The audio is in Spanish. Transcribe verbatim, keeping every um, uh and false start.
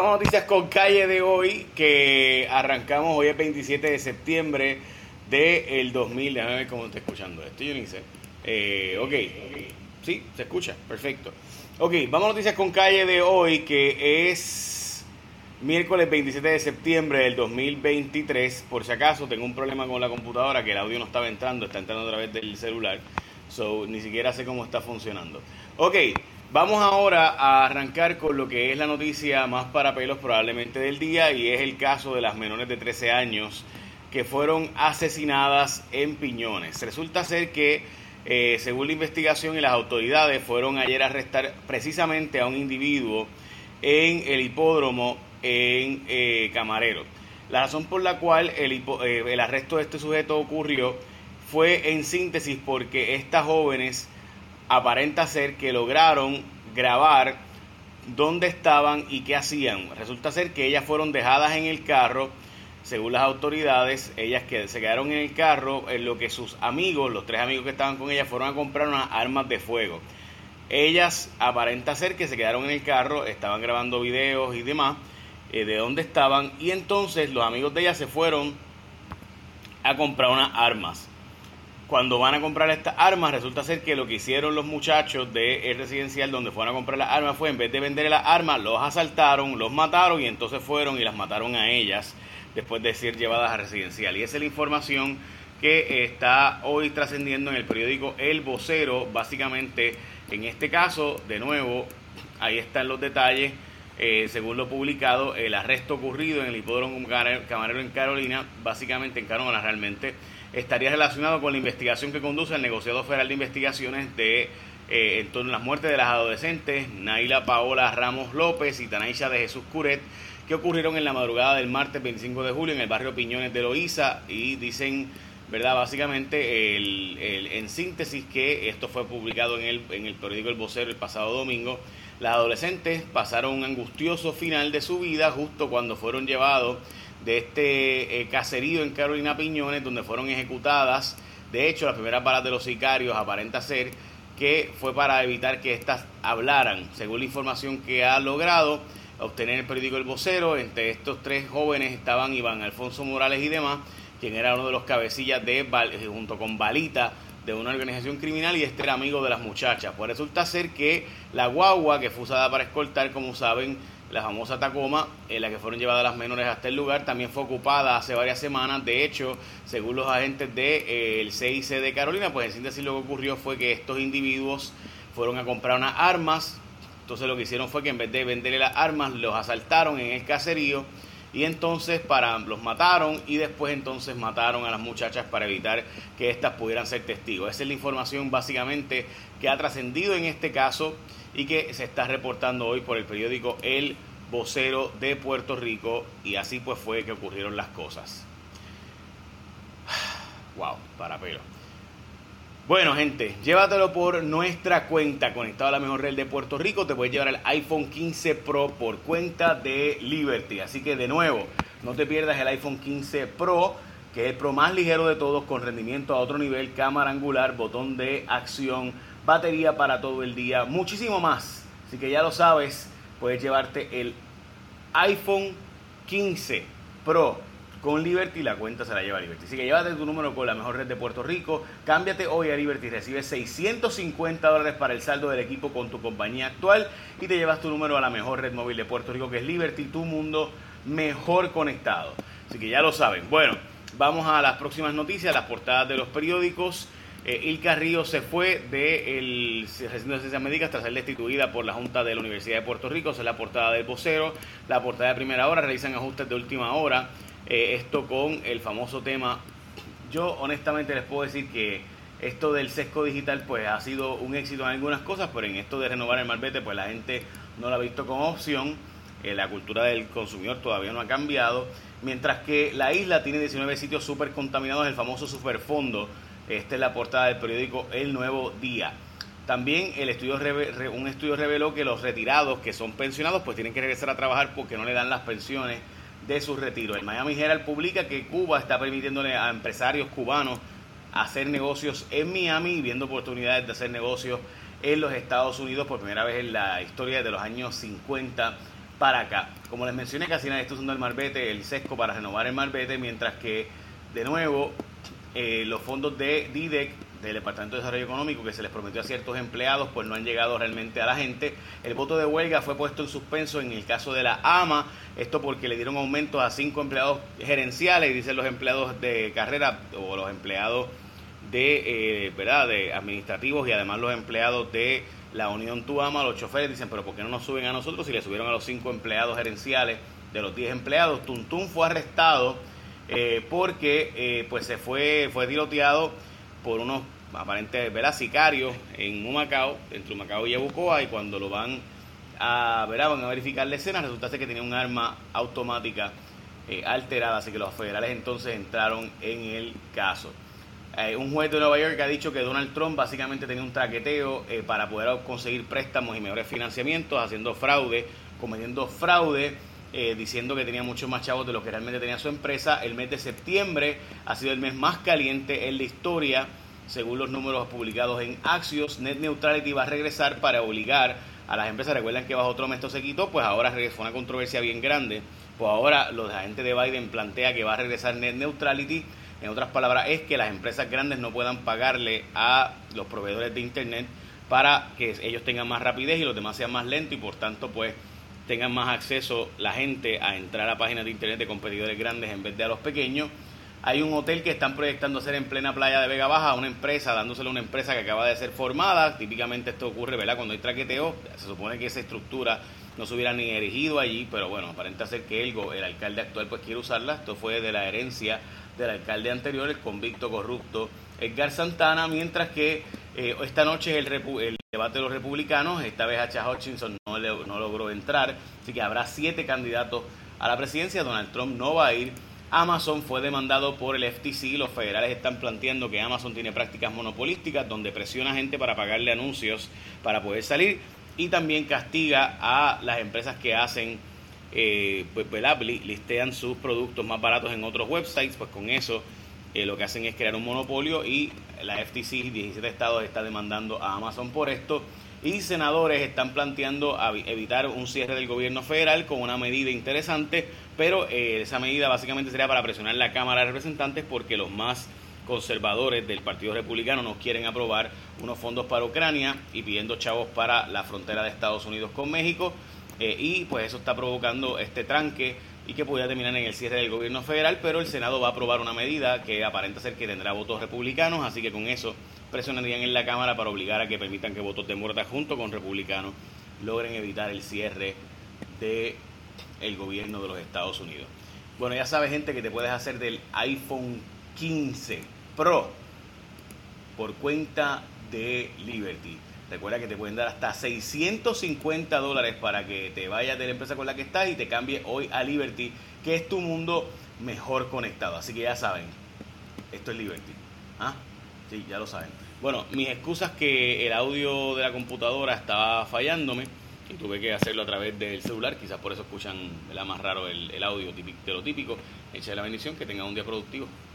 Vamos a noticias con calle de hoy, que arrancamos hoy el veintisiete de septiembre del dos mil. Déjame ver cómo estoy escuchando esto, yo ni sé. Eh, ok, sí, se escucha, perfecto. Ok, vamos a noticias con calle de hoy, que es miércoles veintisiete de septiembre del dos mil veintitrés. Por si acaso tengo un problema con la computadora, que el audio no estaba entrando, está entrando a través del celular. So, ni siquiera sé cómo está funcionando. Ok, vamos ahora a arrancar con lo que es la noticia más para pelos probablemente del día, y es el caso de las menores de trece años que fueron asesinadas en Piñones. Resulta ser que, eh, según la investigación y las autoridades, fueron ayer a arrestar precisamente a un individuo en el hipódromo en eh, Camarero. La razón por la cual el, hipo, eh, el arresto de este sujeto ocurrió fue en síntesis porque estas jóvenes aparenta ser que lograron grabar dónde estaban y qué hacían. Resulta ser que ellas fueron dejadas en el carro, según las autoridades. Ellas que se quedaron en el carro en lo que sus amigos, los tres amigos que estaban con ellas, fueron a comprar unas armas de fuego. Ellas aparenta ser que se quedaron en el carro, estaban grabando videos y demás eh, de dónde estaban, y entonces los amigos de ellas se fueron a comprar unas armas. Cuando van a comprar estas armas, resulta ser que lo que hicieron los muchachos del residencial donde fueron a comprar las armas fue, en vez de vender las armas, los asaltaron, los mataron y entonces fueron y las mataron a ellas después de ser llevadas a residencial. Y esa es la información que está hoy trascendiendo en el periódico El Vocero. Básicamente, en este caso, de nuevo, ahí están los detalles. Eh, según lo publicado, el arresto ocurrido en el hipódromo Camarero en Carolina, básicamente en Carolina realmente, estaría relacionado con la investigación que conduce el negociado federal de investigaciones de eh, en torno a las muertes de las adolescentes Naila Paola Ramos López y Tanaisha de Jesús Curet, que ocurrieron en la madrugada del martes veinticinco de julio en el barrio Piñones de Loíza. Y dicen, verdad, básicamente el, el, en síntesis, que esto fue publicado en el, en el periódico El Vocero el pasado domingo. Las adolescentes pasaron un angustioso final de su vida justo cuando fueron llevados de este eh, caserío en Carolina Piñones, donde fueron ejecutadas. De hecho, las primeras balas de los sicarios aparenta ser que fue para evitar que éstas hablaran, según la información que ha logrado obtener el periódico El Vocero. Entre estos tres jóvenes estaban Iván Alfonso Morales y demás, quien era uno de los cabecillas de junto con Balita, de una organización criminal, y este era amigo de las muchachas. Pues resulta ser que la guagua que fue usada para escoltar, como saben, la famosa Tacoma, en la que fueron llevadas las menores hasta el lugar, también fue ocupada hace varias semanas. De hecho, según los agentes del de, eh, C I C de Carolina, pues en síntesis lo que ocurrió fue que estos individuos fueron a comprar unas armas. Entonces lo que hicieron fue que en vez de venderle las armas, los asaltaron en el caserío, y entonces para los mataron, y después entonces mataron a las muchachas para evitar que éstas pudieran ser testigos. Esa es la información básicamente que ha trascendido en este caso y que se está reportando hoy por el periódico El Vocero de Puerto Rico, y así pues fue que ocurrieron las cosas. Wow, para pelo. Bueno, gente, llévatelo por nuestra cuenta, conectado a la mejor red de Puerto Rico. Te puedes llevar el iPhone quince Pro por cuenta de Liberty. Así que, de nuevo, no te pierdas el iPhone quince Pro, que es el Pro más ligero de todos, con rendimiento a otro nivel, cámara angular, botón de acción, batería para todo el día, muchísimo más. Así que ya lo sabes, puedes llevarte el iPhone quince Pro con Liberty, la cuenta se la lleva Liberty. Así que llévate tu número con la mejor red de Puerto Rico. Cámbiate hoy a Liberty y recibes seiscientos cincuenta dólares para el saldo del equipo con tu compañía actual, y te llevas tu número a la mejor red móvil de Puerto Rico, que es Liberty, tu mundo mejor conectado. Así que ya lo saben. Bueno, vamos a las próximas noticias, las portadas de los periódicos. Eh, Ilka Ríos se fue del recinto de ciencias médicas tras ser destituida por la Junta de la Universidad de Puerto Rico. Esa es la portada del Vocero. La portada de Primera Hora: realizan ajustes de última hora. Eh, esto con el famoso tema. Yo honestamente les puedo decir que esto del sesgo digital pues ha sido un éxito en algunas cosas, pero en esto de renovar el malvete pues la gente no lo ha visto como opción. Eh, la cultura del consumidor todavía no ha cambiado, mientras que la isla tiene diecinueve sitios súper contaminados, el famoso superfondo. Esta es la portada del periódico El Nuevo Día. También el estudio un estudio reveló que los retirados que son pensionados pues tienen que regresar a trabajar porque no le dan las pensiones de su retiro. El Miami Herald publica que Cuba está permitiéndole a empresarios cubanos hacer negocios en Miami y viendo oportunidades de hacer negocios en los Estados Unidos por primera vez en la historia de los años cincuenta para acá. Como les mencioné, casi nadie está usando el marbete, el sesco para renovar el marbete, mientras que, de nuevo, eh, los fondos de D I D E C, del Departamento de Desarrollo Económico, que se les prometió a ciertos empleados, pues no han llegado realmente a la gente. El voto de huelga fue puesto en suspenso en el caso de la A M A, esto porque le dieron aumentos a cinco empleados gerenciales, y dicen los empleados de carrera o los empleados de, eh, ¿verdad? de administrativos, y además los empleados de la Unión Tuama, los choferes, dicen, pero ¿por qué no nos suben a nosotros si le subieron a los cinco empleados gerenciales de los diez empleados? Tuntún fue arrestado eh, porque eh, pues se fue, fue tiroteado por unos aparentes, ¿verdad?, sicarios en Humacao, entre Humacao y Yabucoa, y cuando lo van a, ¿verdad?, van a verificar la escena, resulta ser que tenía un arma automática eh, alterada, así que los federales entonces entraron en el caso. Eh, un juez de Nueva York ha dicho que Donald Trump básicamente tenía un traqueteo eh, para poder conseguir préstamos y mejores financiamientos, haciendo fraude, cometiendo fraude, eh, diciendo que tenía muchos más chavos de lo que realmente tenía su empresa. El mes de septiembre ha sido el mes más caliente en la historia, según los números publicados en Axios. Net Neutrality va a regresar para obligar a las empresas. Recuerdan que bajo otro mes esto se quitó, pues ahora fue una controversia bien grande. Pues ahora los agentes de Biden plantea que va a regresar Net Neutrality. En otras palabras, es que las empresas grandes no puedan pagarle a los proveedores de internet para que ellos tengan más rapidez y los demás sean más lentos, y por tanto pues tengan más acceso la gente a entrar a páginas de internet de competidores grandes en vez de a los pequeños. Hay un hotel que están proyectando hacer en plena playa de Vega Baja, una empresa, dándosele a una empresa que acaba de ser formada. Típicamente esto ocurre, ¿verdad?, cuando hay traqueteo. Se supone que esa estructura no se hubiera ni erigido allí, pero bueno, aparenta ser que el, el alcalde actual pues quiere usarla. Esto fue de la herencia del alcalde anterior, el convicto corrupto Edgar Santana, mientras que eh, esta noche es el, repu el debate de los republicanos. Esta vez Hacha Hutchinson no, le, no logró entrar, así que habrá siete candidatos a la presidencia. Donald Trump no va a ir. Amazon fue demandado por el F T C. Los federales están planteando que Amazon tiene prácticas monopolísticas donde presiona a gente para pagarle anuncios para poder salir, y también castiga a las empresas que hacen eh, pues, ¿verdad?, listean sus productos más baratos en otros websites. Pues con eso eh, lo que hacen es crear un monopolio, y la F T C, diecisiete estados, está demandando a Amazon por esto, y senadores están planteando evitar un cierre del gobierno federal con una medida interesante, pero eh, esa medida básicamente sería para presionar la Cámara de Representantes, porque los más conservadores del Partido Republicano no quieren aprobar unos fondos para Ucrania y pidiendo chavos para la frontera de Estados Unidos con México, eh, y pues eso está provocando este tranque y que podría terminar en el cierre del gobierno federal. Pero el Senado va a aprobar una medida que aparenta ser que tendrá votos republicanos, así que con eso presionarían en la Cámara para obligar a que permitan que votos demócratas junto con republicanos logren evitar el cierre del gobierno de los Estados Unidos. Bueno, ya sabes, gente, que te puedes hacer del iPhone quince Pro por cuenta de Liberty. Recuerda que te pueden dar hasta seiscientos cincuenta dólares para que te vayas de la empresa con la que estás y te cambies hoy a Liberty, que es tu mundo mejor conectado. Así que ya saben, esto es Liberty. ¿Ah? Sí, ya lo saben. Bueno, mis excusas, que el audio de la computadora estaba fallándome y tuve que hacerlo a través del celular. Quizás por eso escuchan, ¿verdad?, más raro el, el audio típico, de lo típico. Echa la bendición, que tengan un día productivo.